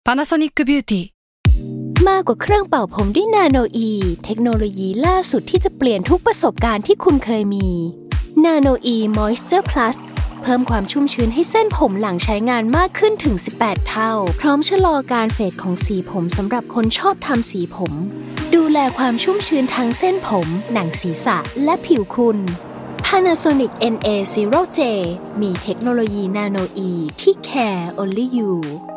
Panasonic Beauty มากกว่าเครื่องเป่าผมด้วยนาโนอีเทคโนโลยีล่าสุดที่จะเปลี่ยนทุกประสบการณ์ที่คุณเคยมีนาโนอีมอยส์เจอร์พลัสเพิ่มความชุ่มชื้นให้เส้นผมหลังใช้งานมากขึ้นถึง18เท่าพร้อมชะลอการเฟดของสีผมสำหรับคนชอบทำสีผมดูแลความชุ่มชื้นทั้งเส้นผมหนังศีรษะและผิวคุณ Panasonic NA0J มีเทคโนโลยีนาโนอีที่ care only you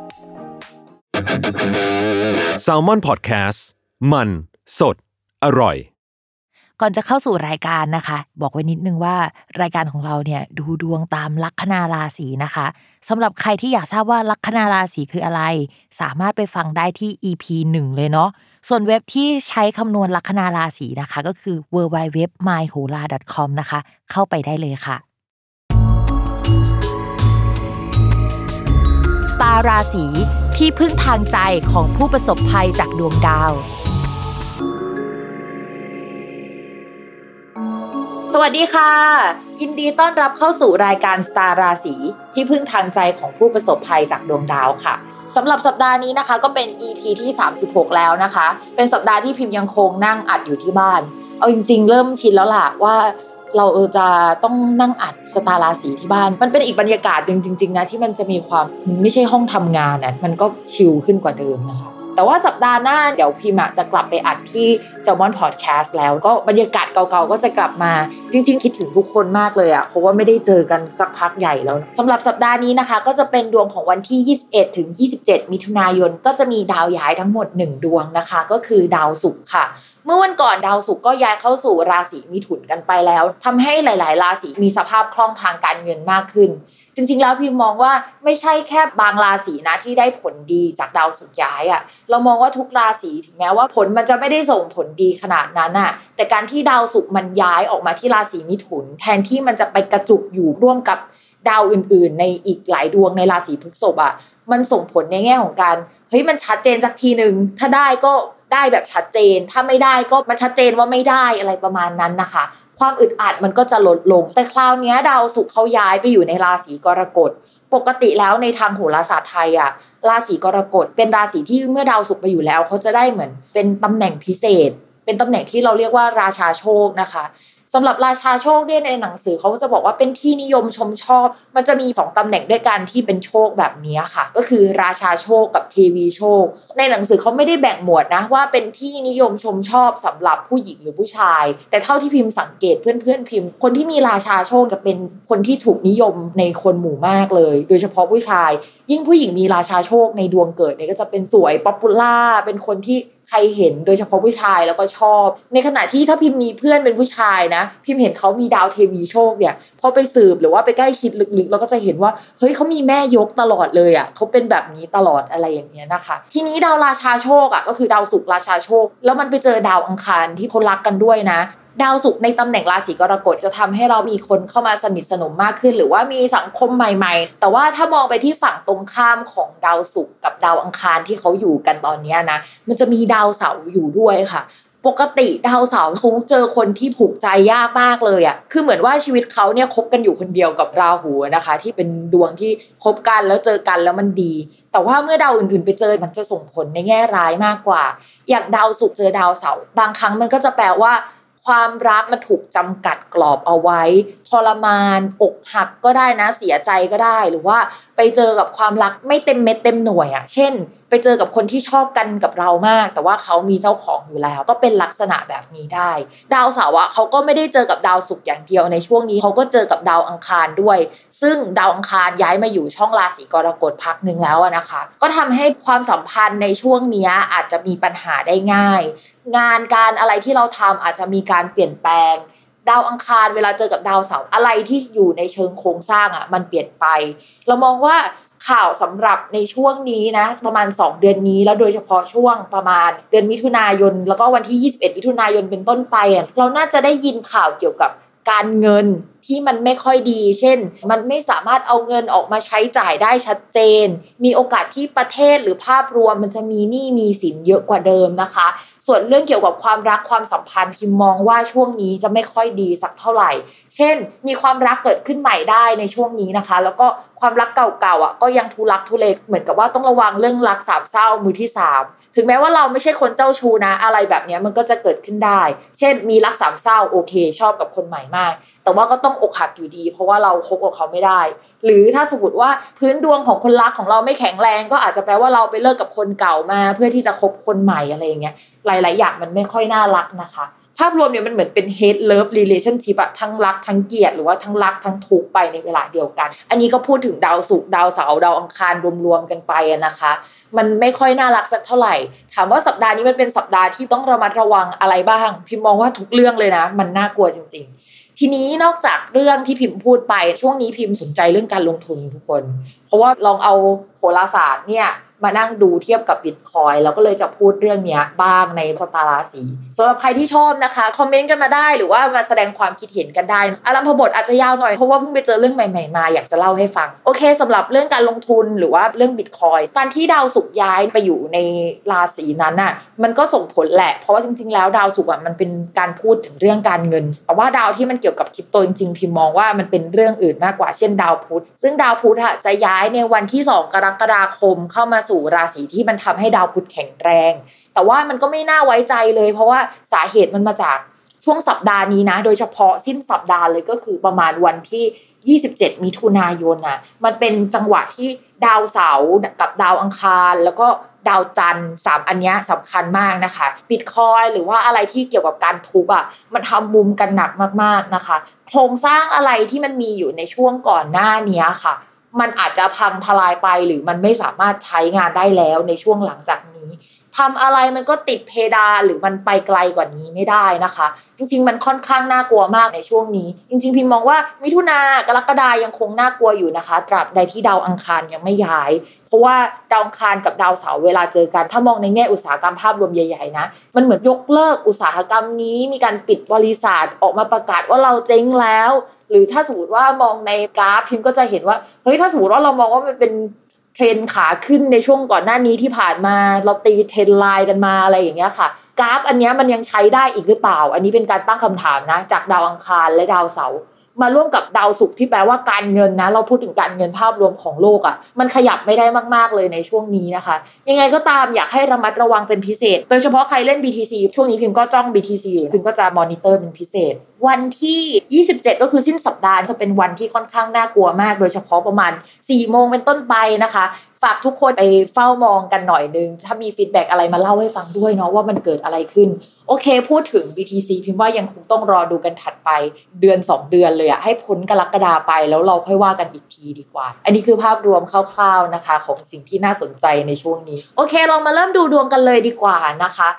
Salmon Podcast มันสดอร่อยก่อนจะเข้าสู่รายการนะคะบอกไว้นิดนึงว่ารายการของเราเนี่ยดูดวงตามลัคนาราศีนะคะสำหรับใครที่อยากทราบว่าลัคนาราศีคืออะไรสามารถไปฟังได้ที่ EP 1 เลยเนาะส่วนเว็บที่ใช้คำนวณลัคนาราศีนะคะก็คือ www.myhola.com นะคะเข้าไปได้เลยค่ะสตาร์ราศีที่พึ่งทางใจของผู้ประสบภัยจากดวงดาวสวัสดีค่ะยินดีต้อนรับเข้าสู่รายการสตาร์ราศีที่พึ่งทางใจของผู้ประสบภัยจากดวงดาวค่ะสำหรับสัปดาห์นี้นะคะก็เป็น EP ที่36แล้วนะคะเป็นสัปดาห์ที่พิมพ์ยังคงนั่งอัดอยู่ที่บ้านเอาจริงๆเริ่มชินแล้วล่ะว่าเราจะต้องนั่งอัดสตาร์ราศีที่บ้านมันเป็นอีกบรรยากาศนึงจริงๆนะที่มันจะมีความไม่ใช่ห้องทำงานนะมันก็ชิลขึ้นกว่าเดิมนะคะแต่ว่าสัปดาห์หน้าเดี๋ยวพิมจะกลับไปอัดที่ Salmon Podcast แล้วก็บรรยากาศเก่าๆก็จะกลับมาจริงๆคิดถึงทุกคนมากเลยอ่ะเพราะว่าไม่ได้เจอกันสักพักใหญ่แล้วสำหรับสัปดาห์นี้นะคะก็จะเป็นดวงของวันที่21ถึง27มิถุนายนก็จะมีดาวย้ายทั้งหมด1ดวงนะคะก็คือดาวศุกร์ค่ะเมื่อวันก่อนดาวศุกร์ก็ย้ายเข้าสู่ราศีมิถุนกันไปแล้วทำให้หลายๆราศีมีสภาพคล่องทางการเงินมากขึ้นจริงๆแล้วพิมมองว่าไม่ใช่แค่บางราศีนะที่ได้ผลดีจากดาวศุกร์ย้ายอ่ะเรามองว่าทุกราศีถึงแม้ว่าผลมันจะไม่ได้ส่งผลดีขนาดนั้นอ่ะแต่การที่ดาวศุกร์มันย้ายออกมาที่ราศีมิถุนแทนที่มันจะไปกระจุกอยู่ร่วมกับดาวอื่นๆในอีกหลายดวงในราศีพฤษภอ่ะมันส่งผลในแง่ของการเฮ้ยมันชัดเจนสักทีนึงถ้าได้ก็ได้แบบชัดเจนถ้าไม่ได้ก็มันชัดเจนว่าไม่ได้อะไรประมาณนั้นนะคะความอึดอัดมันก็จะลดลงแต่คราวนี้ดาวศุกร์เขาย้ายไปอยู่ในราศีกรกฎปกติแล้วในทางโหราศาสตร์ไทยอ่ะราศีกรกฎเป็นราศีที่เมื่อดาวศุกร์ไปอยู่แล้วเขาจะได้เหมือนเป็นตำแหน่งพิเศษเป็นตำแหน่งที่เราเรียกว่าราชาโชคนะคะสำหรับราชาโชคเนี่ยในหนังสือเขาจะบอกว่าเป็นที่นิยมชมชอบมันจะมี2ตำแหน่งด้วยกันที่เป็นโชคแบบนี้ค่ะก็คือราชาโชคกับเทวีโชคในหนังสือเขาไม่ได้แบ่งหมวดนะว่าเป็นที่นิยมชมชอบสำหรับผู้หญิงหรือผู้ชายแต่เท่าที่พิมพ์สังเกตเพื่อนๆพิมพ์คนที่มีราชาโชคจะเป็นคนที่ถูกนิยมในคนหมู่มากเลยโดยเฉพาะผู้ชายยิ่งผู้หญิงมีราชาโชคในดวงเกิดเนี่ยก็จะเป็นสวยป๊อปปูล่าเป็นคนที่ใครเห็นโดยเฉพาะผู้ชายแล้วก็ชอบในขณะที่ถ้าพิมมีเพื่อนเป็นผู้ชายนะพิมเห็นเขามีดาวเทวีโชคเนี่ยพอไปสืบหรือว่าไปใกล้ชิดลึกๆเราก็จะเห็นว่าเฮ้ยเขามีแม่ยกตลอดเลยอ่ะเขาเป็นแบบนี้ตลอดอะไรอย่างเงี้ยนะคะทีนี้ดาวราชาโชคอ่ะก็คือดาวศุกร์ราชาโชคแล้วมันไปเจอดาวอังคารที่เขารักกันด้วยนะดาวศุกร์ในตำแหน่งราศีกรกฎจะทำให้เรามีคนเข้ามาสนิทสนมมากขึ้นหรือว่ามีสังคมใหม่ๆแต่ว่าถ้ามองไปที่ฝั่งตรงข้ามของดาวศุกร์กับดาวอังคารที่เขาอยู่กันตอนนี้นะมันจะมีดาวเสาร์อยู่ด้วยค่ะปกติดาวเสาร์เขาเจอคนที่ผูกใจยากมากเลยอ่ะคือเหมือนว่าชีวิตเขาเนี่ยคบกันอยู่คนเดียวกับราหูนะคะที่เป็นดวงที่คบกันแล้วเจอกันแล้วมันดีแต่ว่าเมื่อดาวอื่นๆไปเจอมันจะส่งผลในแง่ร้ายมากกว่าอย่างดาวศุกร์เจอดาวเสาร์บางครั้งมันก็จะแปลว่าความรักมันถูกจำกัดกรอบเอาไว้ทรมานอกหักก็ได้นะเสียใจก็ได้หรือว่าไปเจอกับความรักไม่เต็มเม็ดเต็มหน่วยอ่ะเช่นไปเจอกับคนที่ชอบกันกับเรามากแต่ว่าเขามีเจ้าของอยู่แล้วก็เป็นลักษณะแบบนี้ได้ดาวเสาร์เขาก็ไม่ได้เจอกับดาวศุกร์อย่างเดียวในช่วงนี้เขาก็เจอกับดาวอังคารด้วยซึ่งดาวอังคารย้ายมาอยู่ช่องราศีกรกฎพักนึงแล้วนะคะก็ทำให้ความสัมพันธ์ในช่วงนี้อาจจะมีปัญหาได้ง่ายงานการอะไรที่เราทำอาจจะมีการเปลี่ยนแปลงดาวอังคารเวลาเจอกับดาวเสาร์อะไรที่อยู่ในเชิงโครงสร้างมันเปลี่ยนไปเรามองว่าข่าวสำหรับในช่วงนี้นะประมาณ2เดือนนี้แล้วโดยเฉพาะช่วงประมาณเดือนมิถุนายนแล้วก็วันที่21มิถุนายนเป็นต้นไปเราน่าจะได้ยินข่าวเกี่ยวกับการเงินที่มันไม่ค่อยดีเช่นมันไม่สามารถเอาเงินออกมาใช้จ่ายได้ชัดเจนมีโอกาสที่ประเทศหรือภาพรวมมันจะมีหนี้มีสินเยอะกว่าเดิมนะคะส่วนเรื่องเกี่ยวกับความรักความสัมพันธ์พิมมองว่าช่วงนี้จะไม่ค่อยดีสักเท่าไหร่เช่นมีความรักเกิดขึ้นใหม่ได้ในช่วงนี้นะคะแล้วก็ความรักเก่าๆอ่ะก็ยังทุลักทุเลเหมือนกับว่าต้องระวังเรื่องรักสามเศร้ามือที่สามถึงแม้ว่าเราไม่ใช่คนเจ้าชู้นะอะไรแบบนี้มันก็จะเกิดขึ้นได้เช่นมีรักสามเศร้าโอเคชอบกับคนใหม่มากแต่ว่าก็ต้องอกหักอยู่ดีเพราะว่าเราคบกับเขาไม่ได้หรือถ้าสมมติว่าพื้นดวงของคนรักของเราไม่แข็งแรงก็อาจจะแปลว่าเราไปเลิกกับคนเก่ามาเพื่อที่จะคบคนใหม่อะไรอย่างเงี้ยหลายๆอย่างมันไม่ค่อยน่ารักนะคะภาพรวมเนี่ยมันเหมือนเป็น hate love relationship อะทั้งรักทั้งเกลียดหรือว่าทั้งรักทั้งทุกข์ไปในเวลาเดียวกันอันนี้ก็พูดถึงดาวศุกร์ดาวเสาร์ดาวอังคารรวมๆกันไปนะคะมันไม่ค่อยน่ารักสักเท่าไหร่ถามว่าสัปดาห์นี้มันเป็นสัปดาห์ที่ต้องระมัดระวังอะไรบ้างพิมมองว่าทุกเรื่องเลยนะมันน่ากลัวจริงๆทีนี้นอกจากเรื่องที่พิมพูดไปช่วงนี้พิมสนใจเรื่องการลงทุนทุกคนเพราะว่าลองเอาโหราศาสตร์เนี่ยมานั่งดูเทียบกับ Bitcoin แล้วก็เลยจะพูดเรื่องนี้บ้างในสตาราศีสำหรับใครที่ชอบนะคะคอมเมนต์กันมาได้หรือว่ามาแสดงความคิดเห็นกันได้อารัมพบทอาจจะยาวหน่อยเพราะว่าเพิ่งไปเจอเรื่องใหม่ๆมาอยากจะเล่าให้ฟังโอเคสำหรับเรื่องการลงทุนหรือว่าเรื่อง Bitcoin การที่ดาวศุกร์ย้ายไปอยู่ในราศีนั้นน่ะมันก็ส่งผลแหละเพราะว่าจริงๆแล้วดาวศุกร์มันเป็นการพูดถึงเรื่องการเงินแต่ว่าดาวที่มันเกี่ยวกับคริปโตจริงๆพิมมองว่ามันเป็นเรื่องอื่นมากกว่าเช่นดาวพุธซึ่งดาวพุธจะย้ายในวันที่2 กรกฎาคมเข้ามาสู่ราศีที่มันทำให้ดาวพุธแข็งแรงแต่ว่ามันก็ไม่น่าไว้ใจเลยเพราะว่าสาเหตุมันมาจากช่วงสัปดาห์นี้นะโดยเฉพาะสิ้นสัปดาห์เลยก็คือประมาณวันที่27มิถุนายนน่ะมันเป็นจังหวะที่ดาวเสาร์กับดาวอังคารแล้วก็ดาวจันทร์3อันนี้สำคัญมากนะคะ Bitcoin หรือว่าอะไรที่เกี่ยวกับการทุบอ่ะมันทำมุมกันหนักมากๆนะคะโครงสร้างอะไรที่มันมีอยู่ในช่วงก่อนหน้านี้ค่ะมันอาจจะพังทลายไปหรือมันไม่สามารถใช้งานได้แล้วในช่วงหลังจากนี้ทำอะไรมันก็ติดเพดานหรือมันไปไกลกว่านี้ไม่ได้นะคะจริงๆมันค่อนข้างน่ากลัวมากในช่วงนี้จริงๆพิมมองว่ามิถุนากรกฎายังคงน่ากลัวอยู่นะคะตราบใดที่ดาวอังคารยังไม่ย้ายเพราะว่าดาวอังคารกับดาวเสาร์เวลาเจอกันถ้ามองในแง่อุตสาหกรรมภาพรวมใหญ่ๆนะมันเหมือนยกเลิกอุตสาหกรรมนี้มีการปิดบริษัทออกมาประกาศว่าเราเจ๊งแล้วหรือถ้าสมมติว่ามองในกราฟพิมก็จะเห็นว่าเฮ้ยถ้าสมมติว่าเรามองว่ามันเป็นเทรนขาขึ้นในช่วงก่อนหน้านี้ที่ผ่านมาเราตีเทรนไลน์กันมาอะไรอย่างเงี้ยค่ะกราฟอันนี้มันยังใช้ได้อีกหรือเปล่าอันนี้เป็นการตั้งคำถามนะจากดาวอังคารและดาวเสาร์มาร่วมกับดาวศุกร์ที่แปลว่าการเงินนะเราพูดถึงการเงินภาพรวมของโลกอ่ะมันขยับไม่ได้มากๆเลยในช่วงนี้นะคะยังไงก็ตามอยากให้ระมัดระวังเป็นพิเศษโดยเฉพาะใครเล่น BTC ช่วงนี้พิมก็จ้อง BTC อยู่พิมก็จะมอนิเตอร์เป็นพิเศษวันที่27ก็คือสิ้นสัปดาห์จะเป็นวันที่ค่อนข้างน่ากลัวมากโดยเฉพาะประมาณ 4 โมงเป็นต้นไปนะคะฝากทุกคนไปเฝ้ามองกันหน่อยนึงถ้ามีฟีดแบ็กอะไรมาเล่าให้ฟังด้วยเนาะว่ามันเกิดอะไรขึ้นโอเคพูดถึง BTC พิมพ์ว่ายังคงต้องรอดูกันถัดไปเดือน2 เดือนเลยอะให้พ้นกรกฎาไปแล้วเราค่อยว่ากันอีกทีดีกว่าอันนี้คือภาพรวมคร่าวๆนะคะของสิ่งที่น่าสนใจในช่วงนี้โอเคเรามาเริ่มดูดวงกันเลยดีกว่านะคะ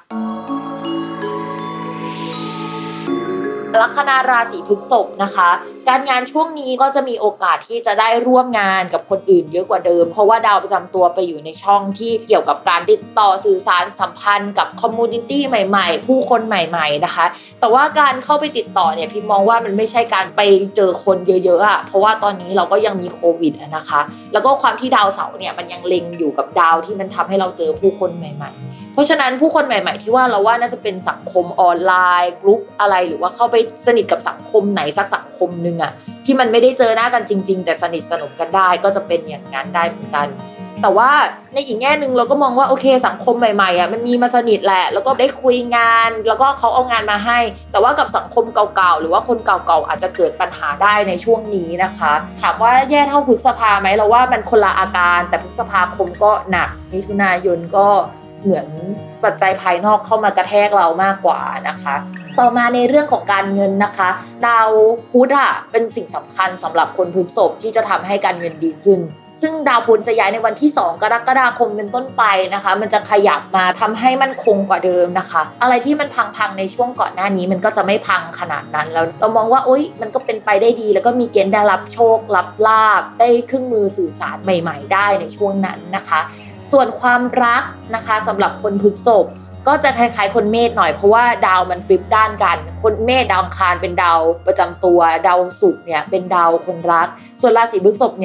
ลัคนาราศีพฤษภนะคะการงานช่วงนี้ก็จะมีโอกาสที่จะได้ร่วมงานกับคนอื่นเยอะกว่าเดิมเพราะว่าดาวประจำตัวไปอยู่ในช่องที่เกี่ยวกับการติดต่อสื่อสารสัมพันธ์กับคอมมูนิตี้ใหม่ๆผู้คนใหม่ๆนะคะแต่ว่าการเข้าไปติดต่อเนี่ยพิมมองว่ามันไม่ใช่การไปเจอคนเยอะๆอ่ะเพราะว่าตอนนี้เราก็ยังมีโควิดนะคะแล้วก็ความที่ดาวเสาร์เนี่ยมันยังเล็งอยู่กับดาวที่มันทำให้เราเจอผู้คนใหม่ๆเพราะฉะนั้นผู้คนใหม่ๆที่ว่าเราว่าน่าจะเป็นสังคมออนไลน์กลุ่มอะไรหรือว่าเข้าไปสนิทกับสังคมไหนสักสังคมนึงอ่ะที่มันไม่ได้เจอหน้ากันจริงๆแต่สนิทสนมกันได้ก็จะเป็นอย่างนั้นได้เหมือนกันแต่ว่าในอีกแง่นึงเราก็มองว่าโอเคสังคมใหม่ๆอ่ะมันมีมาสนิทแหละแล้วก็ได้คุยงานแล้วก็เขาเอางานมาให้แต่ว่ากับสังคมเก่าๆหรือว่าคนเก่าๆอาจจะเกิดปัญหาได้ในช่วงนี้นะคะถามว่าแย่เท่าพฤษภาไหมเราว่ามันคนละอาการแต่พฤษภาคมก็หนักมิถุนายนก็เหมือนปัจจัยภายนอกเข้ามากระแทกเรามากกว่านะคะต่อมาในเรื่องของการเงินนะคะดาวพุธเป็นสิ่งสำคัญสำหรับคนพฤษภที่จะทำให้การเงินดีขึ้นซึ่งดาวพุธจะย้ายในวันที่2 กรกฎาคมเป็นต้นไปนะคะมันจะขยับมาทำให้มั่นคงกว่าเดิมนะคะอะไรที่มันพังๆในช่วงก่อนหน้านี้มันก็จะไม่พังขนาดนั้นแล้วเรามองว่ามันก็เป็นไปได้ดีแล้วก็มีเกณฑ์ได้รับโชครับลาภได้เครื่องมือสื่อสารใหม่ๆได้ในช่วงนั้นนะคะส่วนความรักนะคะสำหรับคนพฤษภก็จะคล้ายๆคนเมษหน่อยเพราะว่าดาวมันฟลิปด้านกันคนเมษดาวอังคารเป็นดาวประจำตัวดาวศุกร์เนี่ยเป็นดาวคนรักส่วนราศีพฤษภเนี่ย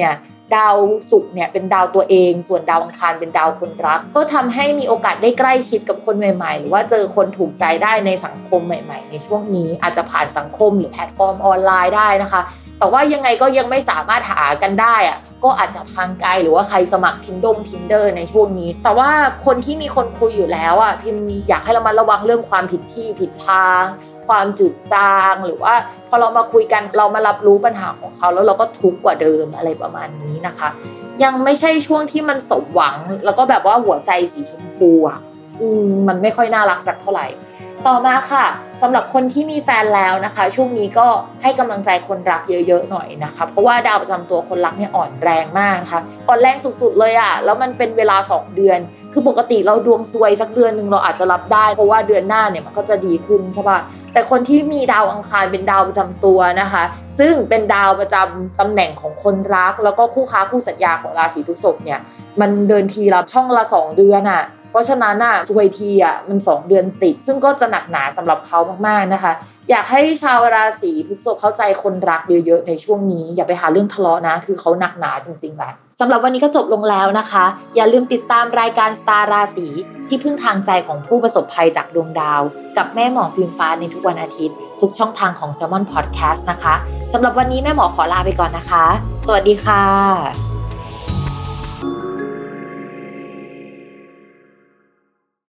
ดาวศุกร์เนี่ยเป็นดาวตัวเองส่วนดาวอังคารเป็นดาวคนรักก็ทำให้มีโอกาสได้ใกล้ชิดกับคนใหม่ๆหรือว่าเจอคนถูกใจได้ในสังคมใหม่ๆในช่วงนี้อาจจะผ่านสังคมหรือแพลตฟอร์มออนไลน์ได้นะคะแต่ว่ายังไงก็ยังไม่สามารถหากันได้อะก็อาจจะทางไกลหรือว่าใครสมัคร Tinder ในช่วงนี้แต่ว่าคนที่มีคนคุยอยู่แล้วอ่ะพิมอยากให้เรามาระวังเรื่องความผิดที่ผิดทางความจืดจางหรือว่าพอเรามาคุยกันเรามารับรู้ปัญหาของเขาแล้วเราก็ทุกข์กว่าเดิมอะไรประมาณนี้นะคะยังไม่ใช่ช่วงที่มันสมหวังแล้วก็แบบว่าหัวใจสีชมพูอ่ะมันไม่ค่อยน่ารักสักเท่าไหร่ต่อมาค่ะสำหรับคนที่มีแฟนแล้วนะคะช่วงนี้ก็ให้กำลังใจคนรักเยอะๆหน่อยนะคะเพราะว่าดาวประจำตัวคนรักเนี่ยอ่อนแรงมากนะคะอ่อนแรงสุดๆเลยอ่ะแล้วมันเป็นเวลา2เดือนคือปกติเราดวงซวยสักเดือนนึงเราอาจจะรับได้เพราะว่าเดือนหน้าเนี่ยมันก็จะดีขึ้นใช่ป่ะแต่คนที่มีดาวอังคารเป็นดาวประจำตัวนะคะซึ่งเป็นดาวประจำตำแหน่งของคนรักแล้วก็คู่ค้าคู่สัญญาของราศีพฤษภเนี่ยมันเดินทีละช่องละ2เดือนอ่ะเพราะฉะนั้นน่ะซวยทีอ่ะมัน2เดือนติดซึ่งก็จะหนักหนาสำหรับเขามากๆนะคะอยากให้ชาวราศีพฤษภเข้าใจคนรักเยอะๆในช่วงนี้อย่าไปหาเรื่องทะเลาะนะคือเขาหนักหนาจริงๆแหละสำหรับวันนี้ก็จบลงแล้วนะคะอย่าลืมติดตามรายการสตาร์ราศีที่พึ่งทางใจของผู้ประสบภัยจากดวงดาวกับแม่หมอพิมฟ้าในทุกวันอาทิตย์ทุกช่องทางของ Salmon Podcast นะคะสำหรับวันนี้แม่หมอขอลาไปก่อนนะคะสวัสดีค่ะ